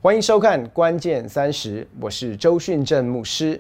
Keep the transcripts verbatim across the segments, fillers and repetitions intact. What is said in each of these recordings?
欢迎收看《关键三十》，我是周训正牧师。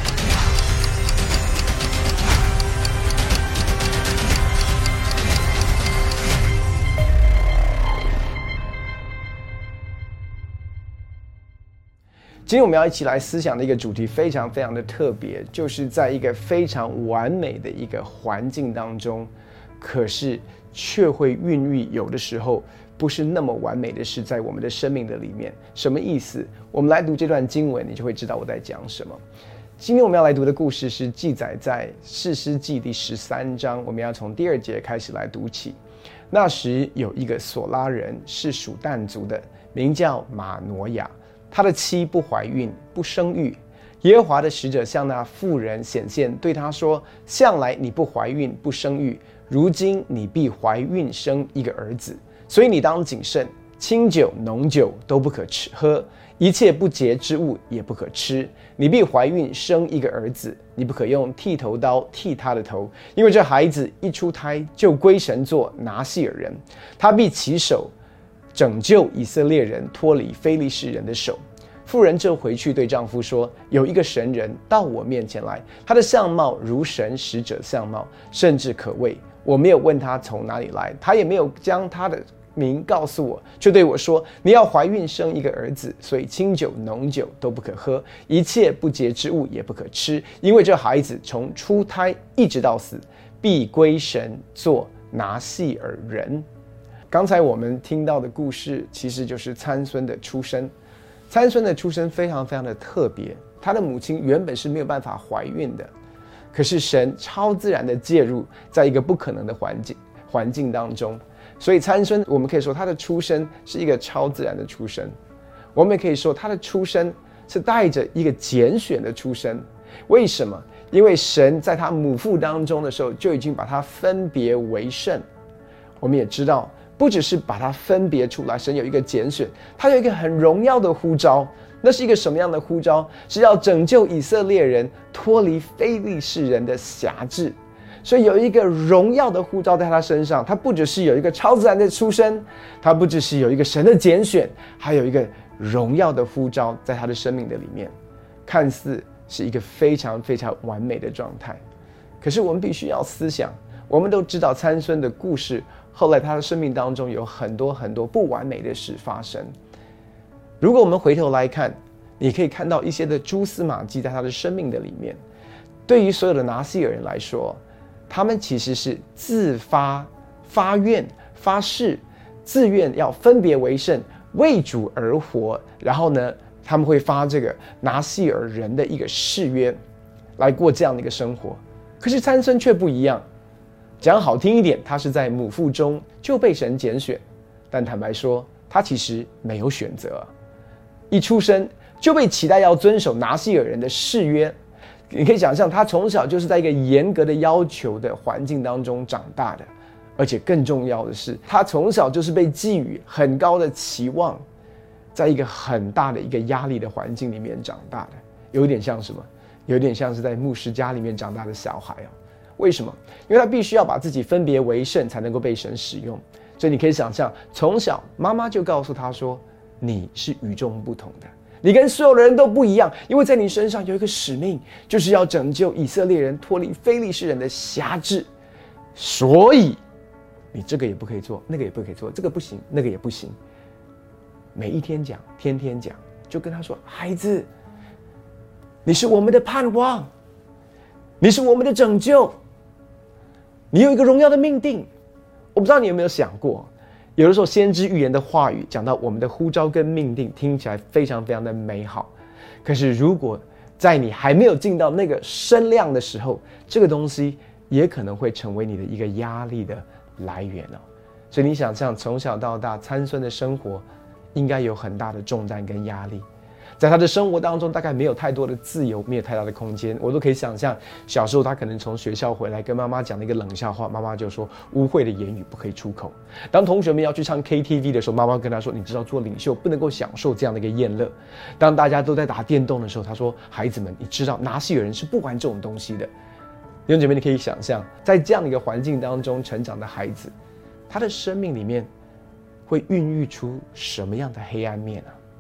今天我们要一起来思想的一个主题非常非常的特别，就是在一个非常完美的一个环境当中，可是却会孕育有的时候不是那么完美的事在我们的生命的里面。什么意思？我们来读这段经文，你就会知道我在讲什么。今天我们要来读的故事是记载在士师记第十三章，我们要从第二节开始来读起。那时有一个索拉人，是属但族的，名叫马挪亚。他的妻不怀孕，不生育。耶和华的使者向那妇人显现，对他说：向来你不怀孕，不生育，如今你必怀孕生一个儿子。所以你当谨慎，清酒浓酒都不可吃喝，一切不洁之物也不可吃。你必怀孕生一个儿子，你不可用剃头刀剃他的头，因为这孩子一出胎就归神做拿细耳人，他必起手拯救以色列人脱离非利士人的手。妇人就回去对丈夫说：有一个神人到我面前来，他的相貌如神使者相貌，甚至可畏。我没有问他从哪里来，他也没有将他的名告诉我，却对我说：你要怀孕生一个儿子，所以清酒浓酒都不可喝，一切不洁之物也不可吃，因为这孩子从出胎一直到死，必归神做拿细耳人。刚才我们听到的故事其实就是参孙的出生。参孙的出生非常非常的特别，他的母亲原本是没有办法怀孕的，可是神超自然的介入，在一个不可能的环境环境当中，所以参孙我们可以说他的出生是一个超自然的出生。我们也可以说他的出生是带着一个拣选的出生。为什么？因为神在他母腹当中的时候就已经把他分别为圣。我们也知道，不只是把它分别出来，神有一个拣选，他有一个很荣耀的呼召。那是一个什么样的呼召？是要拯救以色列人脱离非利士人的辖制。所以有一个荣耀的呼召在他身上，他不只是有一个超自然的出身，他不只是有一个神的拣选，还有一个荣耀的呼召在他的生命的里面，看似是一个非常非常完美的状态。可是我们必须要思想，我们都知道参孙的故事，后来他的生命当中有很多很多不完美的事发生。如果我们回头来看，你可以看到一些的蛛丝马迹在他的生命的里面。对于所有的拿细耳人来说，他们其实是自发发愿发誓，自愿要分别为圣，为主而活。然后呢，他们会发这个拿细耳人的一个誓约，来过这样的一个生活。可是参孙却不一样。讲好听一点，他是在母腹中就被神拣选，但坦白说，他其实没有选择，一出生就被期待要遵守拿细耳人的誓约。你可以想象，他从小就是在一个严格的要求的环境当中长大的，而且更重要的是，他从小就是被寄予很高的期望，在一个很大的一个压力的环境里面长大的，有点像什么？有点像是在牧师家里面长大的小孩哦。为什么？因为他必须要把自己分别为圣，才能够被神使用。所以你可以想象，从小妈妈就告诉他说：你是与众不同的，你跟所有的人都不一样，因为在你身上有一个使命，就是要拯救以色列人脱离非利士人的辖制。所以你这个也不可以做，那个也不可以做，这个不行，那个也不行。每一天讲，天天讲，就跟他说：孩子，你是我们的盼望，你是我们的拯救，你有一个荣耀的命定。我不知道你有没有想过，有的时候先知预言的话语讲到我们的呼召跟命定，听起来非常非常的美好。可是如果在你还没有进到那个声量的时候，这个东西也可能会成为你的一个压力的来源哦。所以你想象从小到大参孙的生活应该有很大的重担跟压力。在他的生活当中大概没有太多的自由，没有太大的空间。我都可以想象，小时候他可能从学校回来跟妈妈讲了一个冷笑话，妈妈就说污秽的言语不可以出口。当同学们要去唱 K T V 的时候，妈妈跟他说，你知道做领袖不能够享受这样的一个宴乐。当大家都在打电动的时候，他说，孩子们，你知道拿细耳人是不玩这种东西的。弟兄姐妹，你可以想象，在这样的一个环境当中成长的孩子，他的生命里面会孕育出什么样的黑暗面啊？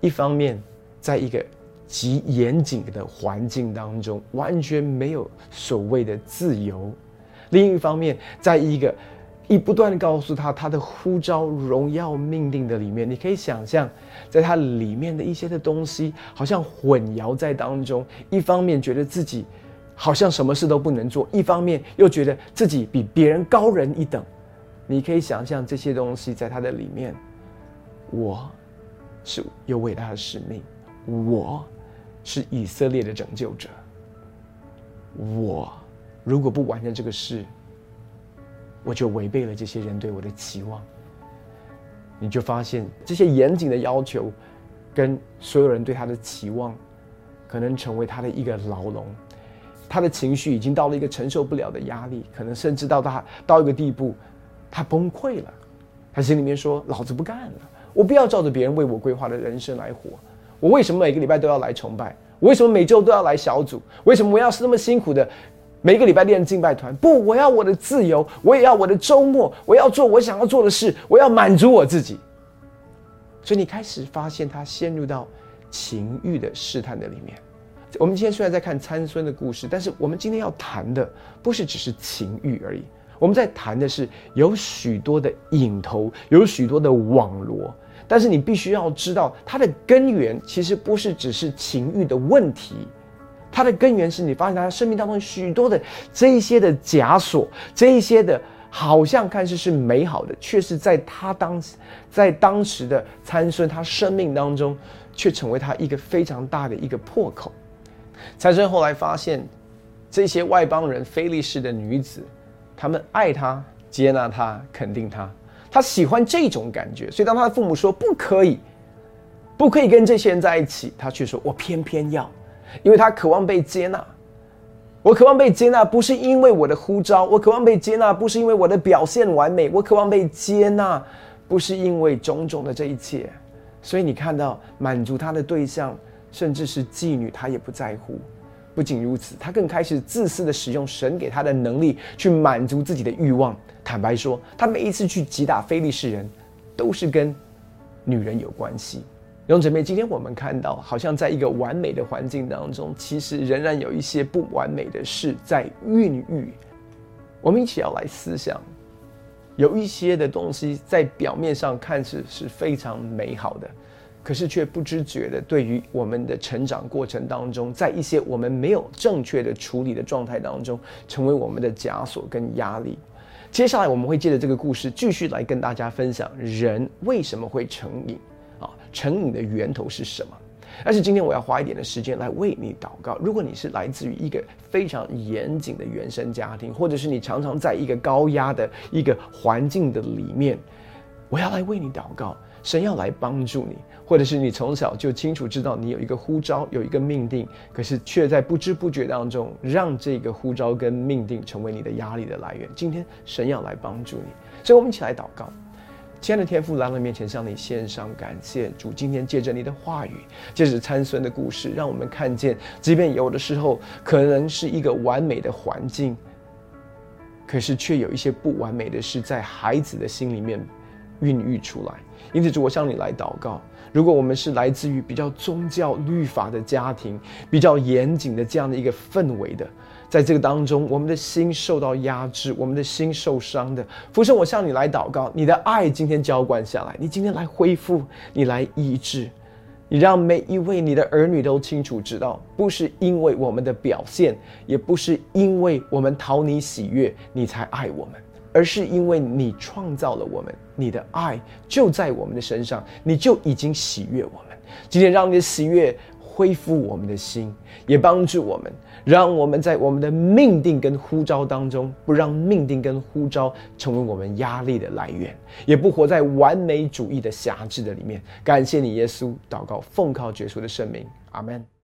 一方面在一个极严谨的环境当中，完全没有所谓的自由；另一方面，在一个一不断告诉他他的呼召、荣耀、命定的里面，你可以想象，在他里面的一些的东西，好像混淆在当中。一方面觉得自己好像什么事都不能做，一方面又觉得自己比别人高人一等。你可以想象这些东西在他的里面，我是有伟大的使命，我是以色列的拯救者，我如果不完成这个事，我就违背了这些人对我的期望。你就发现这些严谨的要求跟所有人对他的期望，可能成为他的一个牢笼。他的情绪已经到了一个承受不了的压力，可能甚至到他到一个地步，他崩溃了。他心里面说：老子不干了，我不要照着别人为我规划的人生来活。我为什么每个礼拜都要来崇拜？我为什么每周都要来小组？为什么我要是那么辛苦的每个礼拜练敬拜团？不，我要我的自由，我也要我的周末，我要做我想要做的事，我要满足我自己。所以你开始发现他陷入到情欲的试探的里面。我们今天虽然在看参孙的故事，但是我们今天要谈的不是只是情欲而已，我们在谈的是有许多的引头，有许多的网罗。但是你必须要知道，它的根源其实不是只是情欲的问题，它的根源是你发现他生命当中许多的这一些的枷锁，这一些的好像看似是美好的，却是在他当在当时的参孙他生命当中，却成为他一个非常大的一个破口。参孙后来发现，这些外邦人非利士的女子，他们爱他、接纳他、肯定他，他喜欢这种感觉。所以当他的父母说不可以，不可以跟这些人在一起，他却说我偏偏要，因为他渴望被接纳。我渴望被接纳，不是因为我的呼召；我渴望被接纳，不是因为我的表现完美；我渴望被接纳，不是因为种种的这一切。所以你看到满足他的对象，甚至是妓女，他也不在乎。不仅如此，他更开始自私的使用神给他的能力去满足自己的欲望。坦白说，他每一次去击打非利士人，都是跟女人有关系。弟兄姊妹，今天我们看到，好像在一个完美的环境当中，其实仍然有一些不完美的事在孕育。我们一起要来思想，有一些的东西在表面上看似是非常美好的，可是却不知觉的对于我们的成长过程当中，在一些我们没有正确的处理的状态当中，成为我们的枷锁跟压力。接下来我们会借着这个故事继续来跟大家分享人为什么会成瘾啊，成瘾的源头是什么。但是今天我要花一点的时间来为你祷告。如果你是来自于一个非常严谨的原生家庭，或者是你常常在一个高压的一个环境的里面，我要来为你祷告，神要来帮助你。或者是你从小就清楚知道你有一个呼召，有一个命定，可是却在不知不觉当中让这个呼召跟命定成为你的压力的来源。今天神要来帮助你，所以我们一起来祷告。亲爱的天父，来到面前向你献上感谢。主，今天借着你的话语，借着参孙的故事，让我们看见，即便有的时候可能是一个完美的环境，可是却有一些不完美的事在孩子的心里面孕育出来。因此主，我向你来祷告，如果我们是来自于比较宗教律法的家庭，比较严谨的这样的一个氛围的，在这个当中我们的心受到压制，我们的心受伤的，父神，我向你来祷告，你的爱今天浇灌下来，你今天来恢复，你来医治，你让每一位你的儿女都清楚知道，不是因为我们的表现，也不是因为我们讨你喜悦你才爱我们，而是因为你创造了我们，你的爱就在我们的身上，你就已经喜悦我们。今天让你的喜悦恢复我们的心，也帮助我们，让我们在我们的命定跟呼召当中，不让命定跟呼召成为我们压力的来源，也不活在完美主义的辖制的里面。感谢你耶稣，祷告奉靠耶稣的圣名，阿们。